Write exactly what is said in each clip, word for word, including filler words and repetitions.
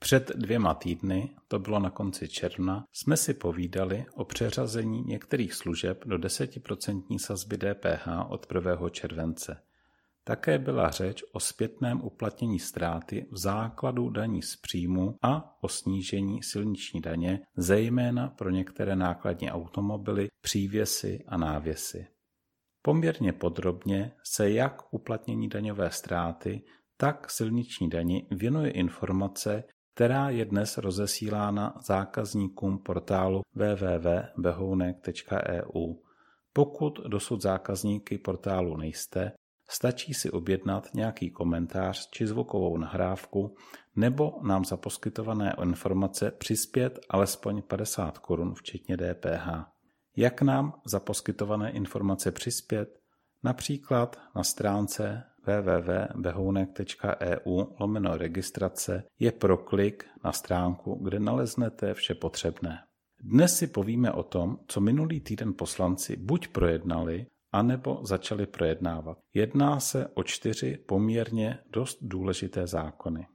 Před dvěma týdny, to bylo na konci června, jsme si povídali o přeřazení některých služeb do desetiprocentní sazby D P H od prvního července. Také byla řeč o zpětném uplatnění ztráty v základu daní z příjmu a o snížení silniční daně, zejména pro některé nákladní automobily, přívěsy a návěsy. Poměrně podrobně se jak uplatnění daňové ztráty, tak silniční dani věnuje informace, která je dnes rozesílána zákazníkům portálu w w w tečka behounek tečka e u. Pokud dosud zákazníky portálu nejste, stačí si objednat nějaký komentář či zvukovou nahrávku nebo nám za poskytované informace přispět alespoň padesát korun včetně D P H. Jak nám za poskytované informace přispět? Například na stránce w w w tečka behounek tečka e u lomeno registrace je proklik na stránku, kde naleznete vše potřebné. Dnes si povíme o tom, co minulý týden poslanci buď projednali, anebo začali projednávat. Jedná se o čtyři poměrně dost důležité zákony.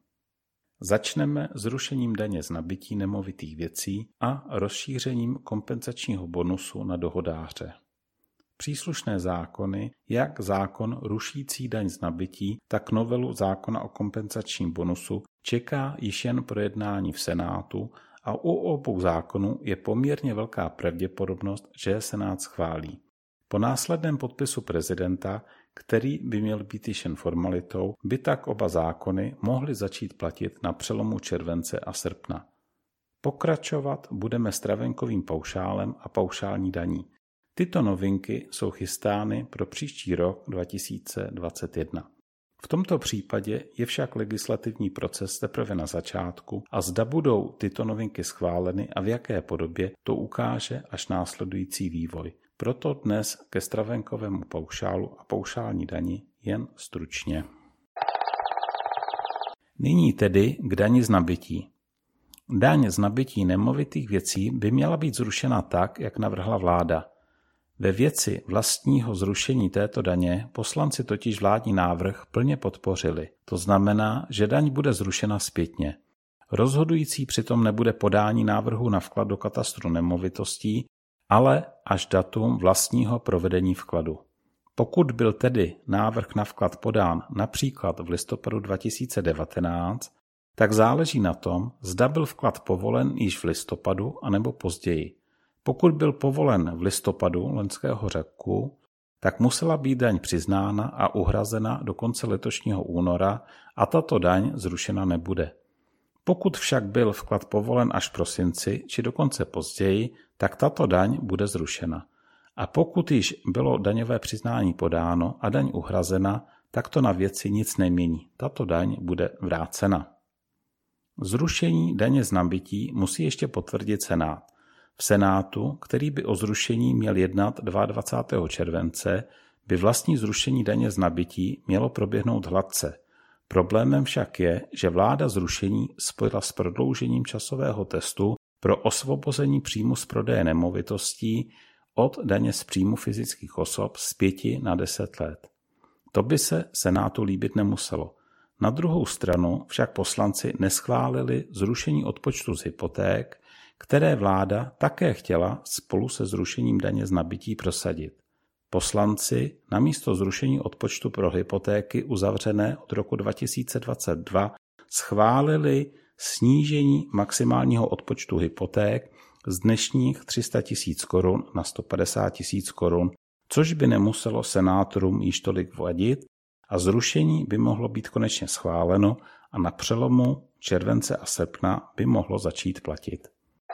Začneme zrušením daně z nabytí nemovitých věcí a rozšířením kompenzačního bonusu na dohodáře. Příslušné zákony, jak zákon rušící daň z nabytí, tak novelu zákona o kompenzačním bonusu čeká již jen projednání v Senátu a u obou zákonů je poměrně velká pravděpodobnost, že je Senát schválí. Po následném podpisu prezidenta, který by měl být již jen formalitou, by tak oba zákony mohly začít platit na přelomu července a srpna. Pokračovat budeme stravenkovým paušálem a paušální daní. Tyto novinky jsou chystány pro příští rok dva tisíce dvacet jedna. V tomto případě je však legislativní proces teprve na začátku a zda budou tyto novinky schváleny a v jaké podobě, to ukáže až následující vývoj. Proto dnes ke stravenkovému paušálu a paušální dani jen stručně. Nyní tedy k dani z nabytí. Daň z nabytí nemovitých věcí by měla být zrušena tak, jak navrhla vláda. Ve věci vlastního zrušení této daně poslanci totiž vládní návrh plně podpořili. To znamená, že daň bude zrušena zpětně. Rozhodující přitom nebude podání návrhu na vklad do katastru nemovitostí, ale až datum vlastního provedení vkladu. Pokud byl tedy návrh na vklad podán například v listopadu dva tisíce devatenáct, tak záleží na tom, zda byl vklad povolen již v listopadu anebo později. Pokud byl povolen v listopadu loňského roku, tak musela být daň přiznána a uhrazena do konce letošního února a tato daň zrušena nebude. Pokud však byl vklad povolen až v prosinci či dokonce později, tak tato daň bude zrušena. A pokud již bylo daňové přiznání podáno a daň uhrazena, tak to na věci nic nemění. Tato daň bude vrácena. Zrušení daně z nabytí musí ještě potvrdit Senát. V Senátu, který by o zrušení měl jednat dvacátého druhého července, by vlastní zrušení daně z nabytí mělo proběhnout hladce. Problémem však je, že vláda zrušení spojila s prodloužením časového testu pro osvobození příjmu z prodeje nemovitostí od daně z příjmu fyzických osob z pěti na deset let. To by se Senátu líbit nemuselo. Na druhou stranu však poslanci neschválili zrušení odpočtu z hypoték, které vláda také chtěla spolu se zrušením daně z nabytí prosadit. Poslanci namísto zrušení odpočtu pro hypotéky uzavřené od roku dva tisíce dvacet dva schválili snížení maximálního odpočtu hypoték z dnešních tři sta tisíc korun na sto padesát tisíc korun, což by nemuselo senátorům již tolik vadit a zrušení by mohlo být konečně schváleno a na přelomu července a srpna by mohlo začít platit.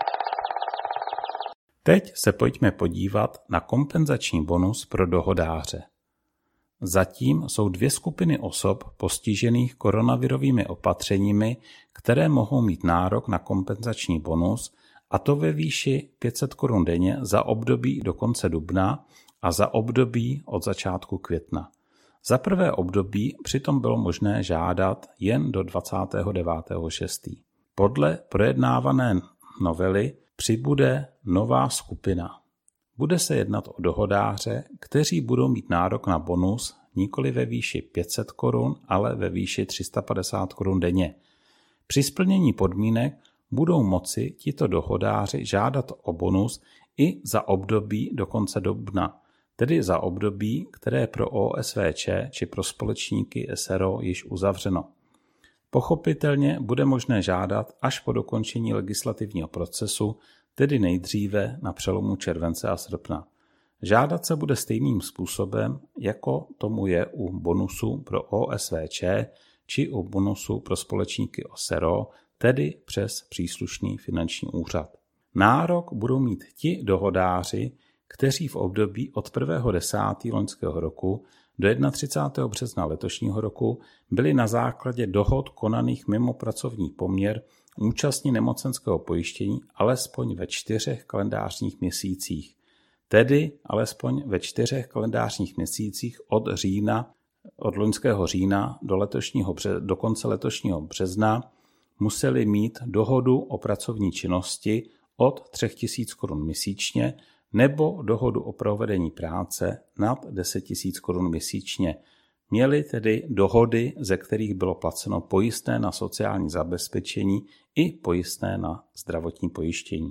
Teď se pojďme podívat na kompenzační bonus pro dohodáře. Zatím jsou dvě skupiny osob postižených koronavirovými opatřeními, které mohou mít nárok na kompenzační bonus, a to ve výši pět set korun denně za období do konce dubna a za období od začátku května. Za prvé období přitom bylo možné žádat jen do dvacátého devátého šestého Podle projednávané novely přibude nová skupina. Bude se jednat o dohodáře, kteří budou mít nárok na bonus nikoli ve výši pět set korun, ale ve výši tři sta padesát korun denně. Při splnění podmínek budou moci tito dohodáři žádat o bonus i za období do konce dubna, tedy za období, které je pro O S V Č či pro společníky S R O již uzavřeno. Pochopitelně bude možné žádat až po dokončení legislativního procesu, tedy nejdříve na přelomu července a srpna. Žádat se bude stejným způsobem, jako tomu je u bonusu pro O S V Č či u bonusu pro společníky S R O, tedy přes příslušný finanční úřad. Nárok budou mít ti dohodáři, kteří v období od prvního desátého loňského roku do třicátého prvního března letošního roku byli na základě dohod konaných mimo pracovní poměr účastní nemocenského pojištění alespoň ve čtyřech kalendářních měsících, tedy alespoň ve čtyřech kalendářních měsících od října, od loňského října do, letošního, do konce letošního března museli mít dohodu o pracovní činnosti od tři tisíce korun měsíčně nebo dohodu o provedení práce nad deset tisíc korun měsíčně. Měli tedy dohody, ze kterých bylo placeno pojistné na sociální zabezpečení i pojistné na zdravotní pojištění.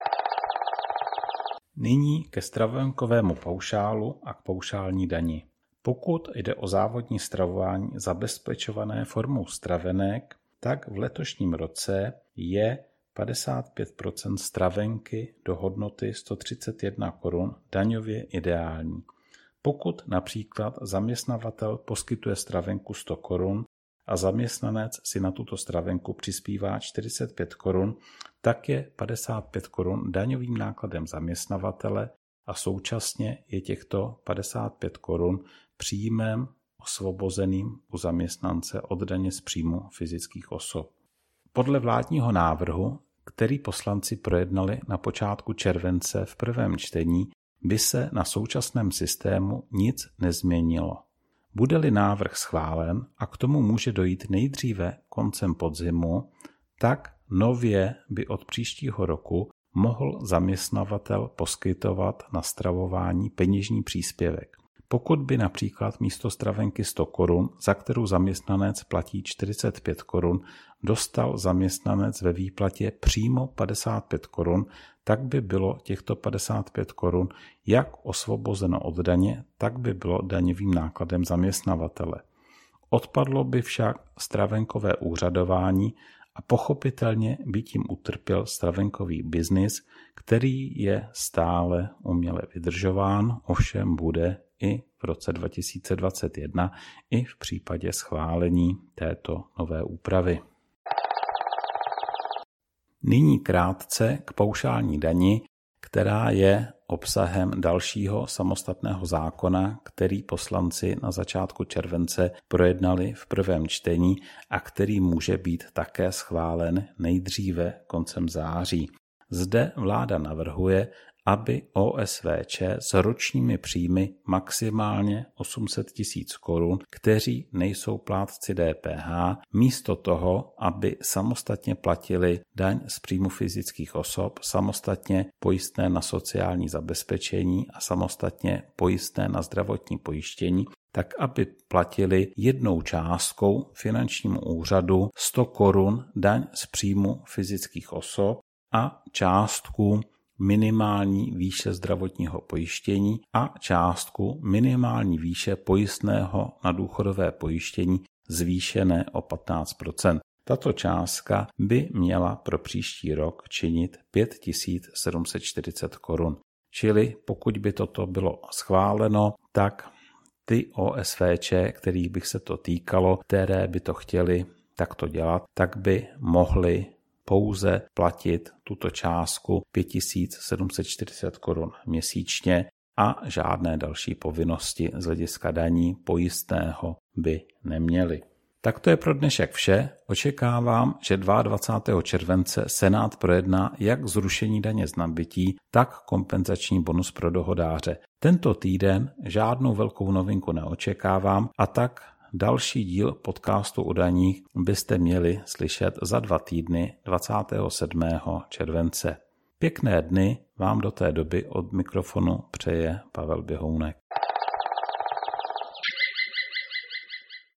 Nyní ke stravenkovému paušálu a k paušální dani. Pokud jde o závodní stravování zabezpečované formou stravenek, tak v letošním roce je padesát pět procent stravenky do hodnoty sto třicet jedna korun daňově ideální. Pokud například zaměstnavatel poskytuje stravenku sto korun a zaměstnanec si na tuto stravenku přispívá čtyřicet pět korun, tak je padesát pět korun daňovým nákladem zaměstnavatele a současně je těchto padesát pět korun příjmem osvobozeným u zaměstnance od daně z příjmu fyzických osob. Podle vládního návrhu, který poslanci projednali na počátku července v prvém čtení, by se na současném systému nic nezměnilo. Bude-li návrh schválen a k tomu může dojít nejdříve koncem podzimu, tak nově by od příštího roku mohl zaměstnavatel poskytovat na stravování peněžní příspěvek. Pokud by například místo stravenky sto korun, za kterou zaměstnanec platí čtyřicet pět korun, dostal zaměstnanec ve výplatě přímo padesát pět korun, tak by bylo těchto padesát pět korun jak osvobozeno od daně, tak by bylo daňovým nákladem zaměstnavatele. Odpadlo by však stravenkové úřadování a pochopitelně by tím utrpěl stravenkový biznis, který je stále uměle vydržován, ovšem bude i v roce dva tisíce dvacet jedna i v případě schválení této nové úpravy. Nyní krátce k paušální dani, která je obsahem dalšího samostatného zákona, který poslanci na začátku července projednali v prvém čtení a který může být také schválen nejdříve koncem září. Zde vláda navrhuje, aby O S V Č s ročními příjmy maximálně osm set tisíc korun, kteří nejsou plátci D P H, místo toho, aby samostatně platili daň z příjmu fyzických osob, samostatně pojistné na sociální zabezpečení a samostatně pojistné na zdravotní pojištění, tak aby platili jednou částkou finančnímu úřadu sto korun daň z příjmu fyzických osob a částku minimální výše zdravotního pojištění a částku minimální výše pojistného na důchodové pojištění zvýšené o patnáct procent. Tato částka by měla pro příští rok činit pět tisíc sedm set čtyřicet korun. Čili pokud by toto bylo schváleno, tak ty O S V Č, kterých by se to týkalo, které by to chtěli takto dělat, tak by mohli pouze platit tuto částku pět tisíc sedm set čtyřicet korun měsíčně a žádné další povinnosti z hlediska daní pojistného by neměli. Tak to je pro dnešek vše. Očekávám, že dvacátého druhého července Senát projedná jak zrušení daně z nabytí, tak kompenzační bonus pro dohodáře. Tento týden žádnou velkou novinku neočekávám a tak další díl podcastu o daních byste měli slyšet za dva týdny dvacátého sedmého července. Pěkné dny vám do té doby od mikrofonu přeje Pavel Běhounek.